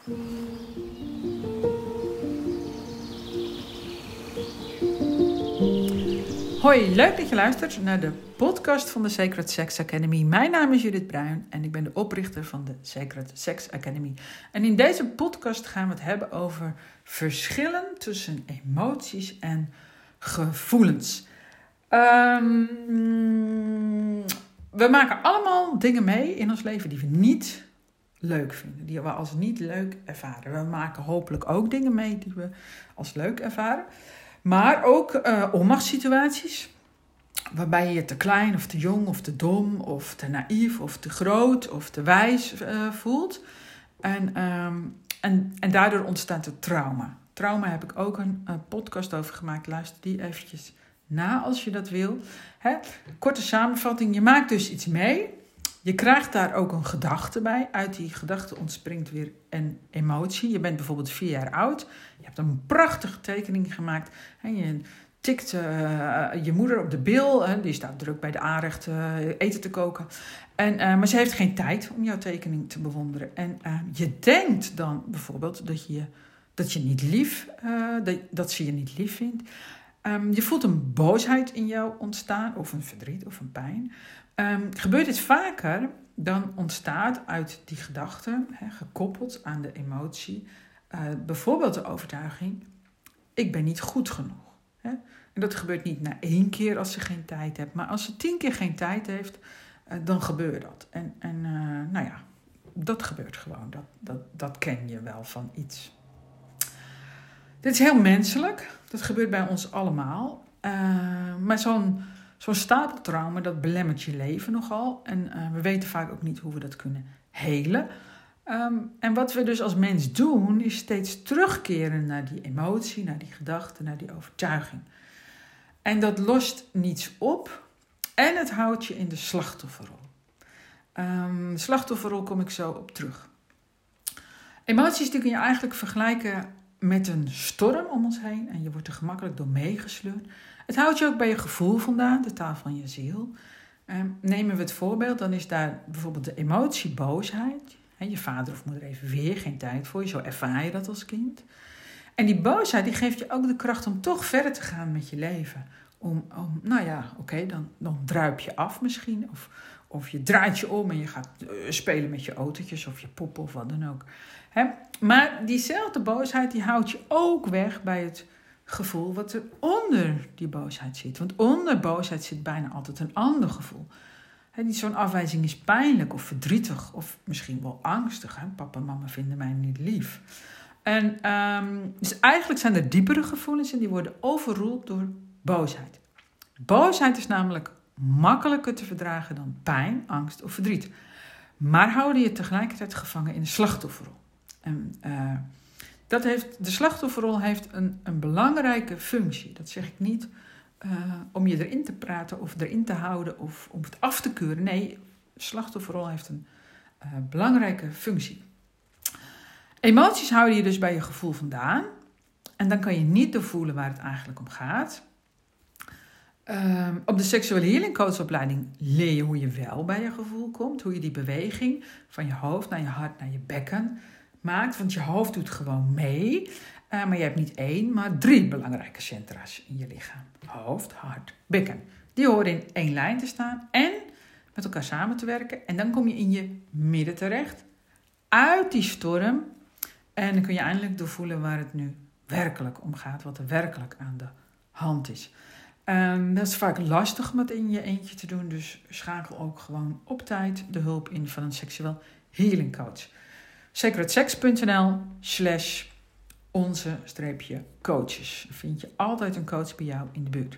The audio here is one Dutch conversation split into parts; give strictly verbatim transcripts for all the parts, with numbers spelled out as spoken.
Hoi, leuk dat je luistert naar de podcast van de Sacred Sex Academy. Mijn naam is Judith Bruin en ik ben de oprichter van de Sacred Sex Academy. En in deze podcast gaan we het hebben over verschillen tussen emoties en gevoelens. Um, we maken allemaal dingen mee in ons leven die we niet leuk vinden, die we als niet leuk ervaren. We maken hopelijk ook dingen mee die we als leuk ervaren. Maar ook uh, onmachtssituaties, waarbij je je te klein of te jong of te dom of te naïef of te groot of te wijs uh, voelt. En, um, en, en daardoor ontstaat er trauma. Trauma heb ik ook een, een podcast over gemaakt. Luister die eventjes na als je dat wil. Hè? Korte samenvatting, je maakt dus iets mee. Je krijgt daar ook een gedachte bij. Uit die gedachte ontspringt weer een emotie. Je bent bijvoorbeeld vier jaar oud. Je hebt een prachtige tekening gemaakt. En je tikt uh, je moeder op de bil. Hè, die staat druk bij de aanrecht uh, eten te koken. En, uh, maar ze heeft geen tijd om jouw tekening te bewonderen. En uh, je denkt dan bijvoorbeeld dat je, dat je niet lief, uh, dat, dat ze je niet lief vindt. Um, je voelt een boosheid in jou ontstaan. Of een verdriet of een pijn. Um, gebeurt dit vaker, dan ontstaat uit die gedachte, hè, gekoppeld aan de emotie, uh, bijvoorbeeld de overtuiging, ik ben niet goed genoeg. Hè? En dat gebeurt niet na één keer als ze geen tijd heeft, maar als ze tien keer geen tijd heeft, uh, dan gebeurt dat. En, en uh, nou ja, dat gebeurt gewoon, dat, dat, dat ken je wel van iets. Dit is heel menselijk, dat gebeurt bij ons allemaal, uh, maar zo'n Zo'n stapeltrauma, dat belemmert je leven nogal. En uh, we weten vaak ook niet hoe we dat kunnen helen. Um, en wat we dus als mens doen, is steeds terugkeren naar die emotie, naar die gedachte, naar die overtuiging. En dat lost niets op en het houdt je in de slachtofferrol. Um, slachtofferrol kom ik zo op terug. Emoties die kun je eigenlijk vergelijken met een storm om ons heen. En je wordt er gemakkelijk door meegesleurd. Het houdt je ook bij je gevoel vandaan, de taal van je ziel. Um, nemen we het voorbeeld, dan is daar bijvoorbeeld de emotie boosheid. He, je vader of moeder heeft weer geen tijd voor je, zo ervaar je dat als kind. En die boosheid die geeft je ook de kracht om toch verder te gaan met je leven. Om, om nou ja, oké, okay, dan, dan druip je af misschien. Of, of je draait je om en je gaat uh, spelen met je autootjes of je poppen of wat dan ook. He, maar diezelfde boosheid die houdt je ook weg bij het gevoel wat er onder die boosheid zit. Want onder boosheid zit bijna altijd een ander gevoel. He, niet zo'n afwijzing is pijnlijk of verdrietig of misschien wel angstig. He, papa en mama vinden mij niet lief. En um, dus eigenlijk zijn er diepere gevoelens en die worden overroeld door boosheid. Boosheid is namelijk makkelijker te verdragen dan pijn, angst of verdriet. Maar houden je tegelijkertijd gevangen in de slachtofferrol. En uh, Dat heeft, de slachtofferrol heeft een, een belangrijke functie. Dat zeg ik niet uh, om je erin te praten of erin te houden of om het af te keuren. Nee, de slachtofferrol heeft een uh, belangrijke functie. Emoties houden je dus bij je gevoel vandaan. En dan kan je niet doorvoelen waar het eigenlijk om gaat. Uh, op de Sexual Healing Coachopleiding leer je hoe je wel bij je gevoel komt. Hoe je die beweging van je hoofd naar je hart naar je bekken maakt, want je hoofd doet gewoon mee. Uh, maar je hebt niet één, maar drie belangrijke centra's in je lichaam. Hoofd, hart, bekken. Die horen in één lijn te staan en met elkaar samen te werken. En dan kom je in je midden terecht, uit die storm. En dan kun je eindelijk doorvoelen waar het nu werkelijk om gaat, wat er werkelijk aan de hand is. Um, dat is vaak lastig om het in je eentje te doen, dus schakel ook gewoon op tijd de hulp in van een seksueel healing coach. sacredsex.nl slash onze streepje coaches. Dan vind je altijd een coach bij jou in de buurt.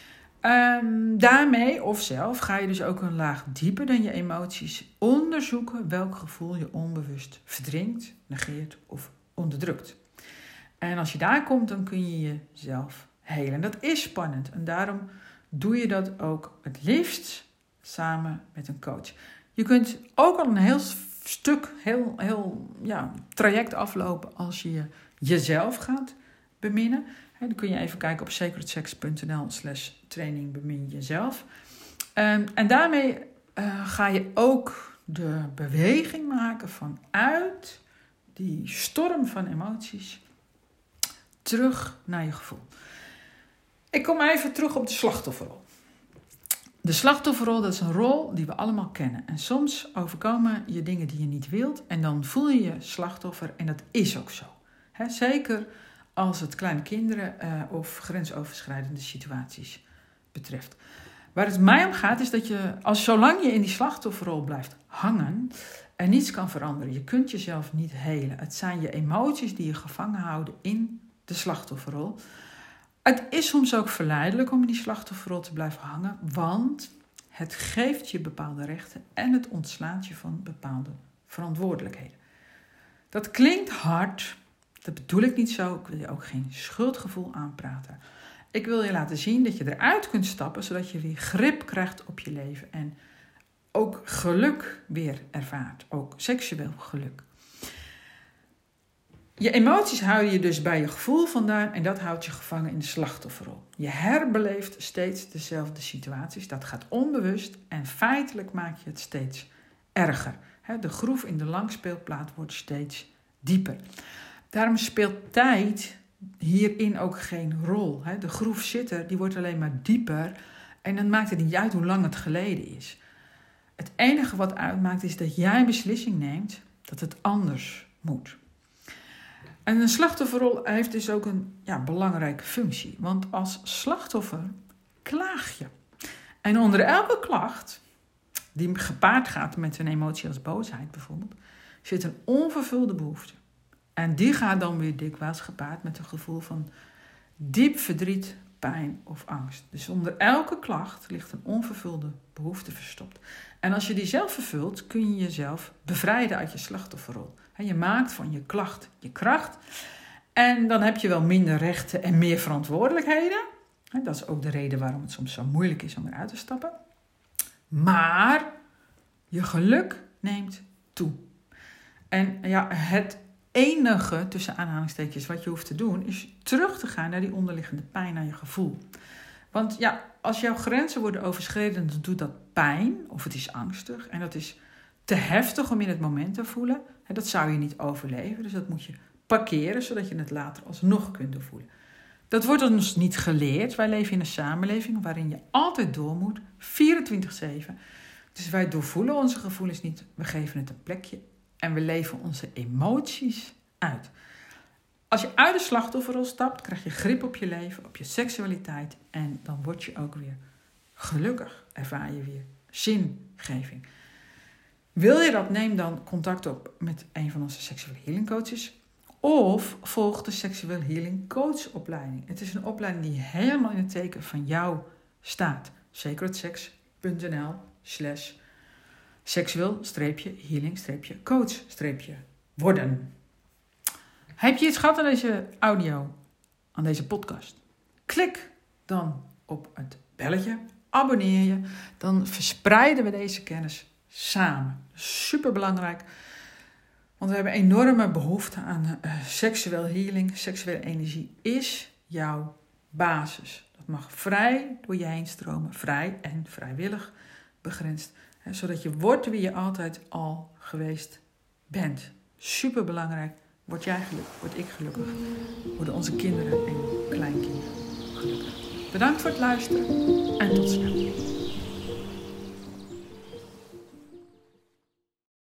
Um, daarmee of zelf ga je dus ook een laag dieper dan je emoties onderzoeken welk gevoel je onbewust verdrinkt, negeert of onderdrukt. En als je daar komt, dan kun je jezelf helen. En dat is spannend en daarom doe je dat ook het liefst samen met een coach. Je kunt ook al een heel stuk, heel, heel ja, traject aflopen als je jezelf gaat beminnen. He, dan kun je even kijken op sacredsex.nl slash training bemin jezelf. Um, en daarmee uh, ga je ook de beweging maken vanuit die storm van emoties, terug naar je gevoel. Ik kom even terug op de slachtofferrol. De slachtofferrol, dat is een rol die we allemaal kennen. En soms overkomen je dingen die je niet wilt en dan voel je je slachtoffer en dat is ook zo. He, zeker als het kleine kinderen uh, of grensoverschrijdende situaties betreft. Waar het mij om gaat is dat je, als zolang je in die slachtofferrol blijft hangen, er niets kan veranderen. Je kunt jezelf niet helen. Het zijn je emoties die je gevangen houden in de slachtofferrol. Het is soms ook verleidelijk om in die slachtofferrol te blijven hangen, want het geeft je bepaalde rechten en het ontslaat je van bepaalde verantwoordelijkheden. Dat klinkt hard, dat bedoel ik niet zo. Ik wil je ook geen schuldgevoel aanpraten. Ik wil je laten zien dat je eruit kunt stappen, zodat je weer grip krijgt op je leven en ook geluk weer ervaart, ook seksueel geluk. Je emoties houden je dus bij je gevoel vandaan en dat houdt je gevangen in de slachtofferrol. Je herbeleeft steeds dezelfde situaties, dat gaat onbewust en feitelijk maak je het steeds erger. De groef in de langspeelplaat wordt steeds dieper. Daarom speelt tijd hierin ook geen rol. De groef zit er, die wordt alleen maar dieper en dan maakt het niet uit hoe lang het geleden is. Het enige wat uitmaakt is dat jij een beslissing neemt dat het anders moet. En een slachtofferrol heeft dus ook een ja, belangrijke functie. Want als slachtoffer klaag je. En onder elke klacht, die gepaard gaat met een emotie als boosheid bijvoorbeeld, zit een onvervulde behoefte. En die gaat dan weer dikwijls gepaard met een gevoel van diep verdriet, pijn of angst. Dus onder elke klacht ligt een onvervulde behoefte verstopt. En als je die zelf vervult, kun je jezelf bevrijden uit je slachtofferrol. Je maakt van je klacht je kracht. En dan heb je wel minder rechten en meer verantwoordelijkheden. Dat is ook de reden waarom het soms zo moeilijk is om eruit te stappen. Maar je geluk neemt toe. En ja, het enige, tussen aanhalingstekens, wat je hoeft te doen, is terug te gaan naar die onderliggende pijn, naar je gevoel. Want ja, als jouw grenzen worden overschreden, dan doet dat pijn, of het is angstig. En dat is te heftig om in het moment te voelen. Dat zou je niet overleven, dus dat moet je parkeren, zodat je het later alsnog kunt voelen. Dat wordt ons niet geleerd. Wij leven in een samenleving waarin je altijd door moet, vierentwintig zeven. Dus wij doorvoelen onze gevoelens niet, we geven het een plekje en we leven onze emoties uit. Als je uit de slachtofferrol stapt, krijg je grip op je leven, op je seksualiteit en dan word je ook weer gelukkig, ervaar je weer zingeving. Wil je dat, neem dan contact op met een van onze Sexual Healing Coaches. Of volg de Sexual Healing Coach opleiding. Het is een opleiding die helemaal in het teken van jou staat. sacredsex.nl slash seksueel-healing-coach-worden. Heb je iets gehad aan deze audio, aan deze podcast? Klik dan op het belletje, abonneer je. Dan verspreiden we deze kennis samen. Super belangrijk. Want we hebben enorme behoefte aan uh, seksueel healing. Seksuele energie is jouw basis. Dat mag vrij door je heen stromen. Vrij en vrijwillig begrensd. Hè, zodat je wordt wie je altijd al geweest bent. Super belangrijk. Word jij gelukkig, word ik gelukkig. Worden onze kinderen en kleinkinderen gelukkig. Bedankt voor het luisteren en tot snel.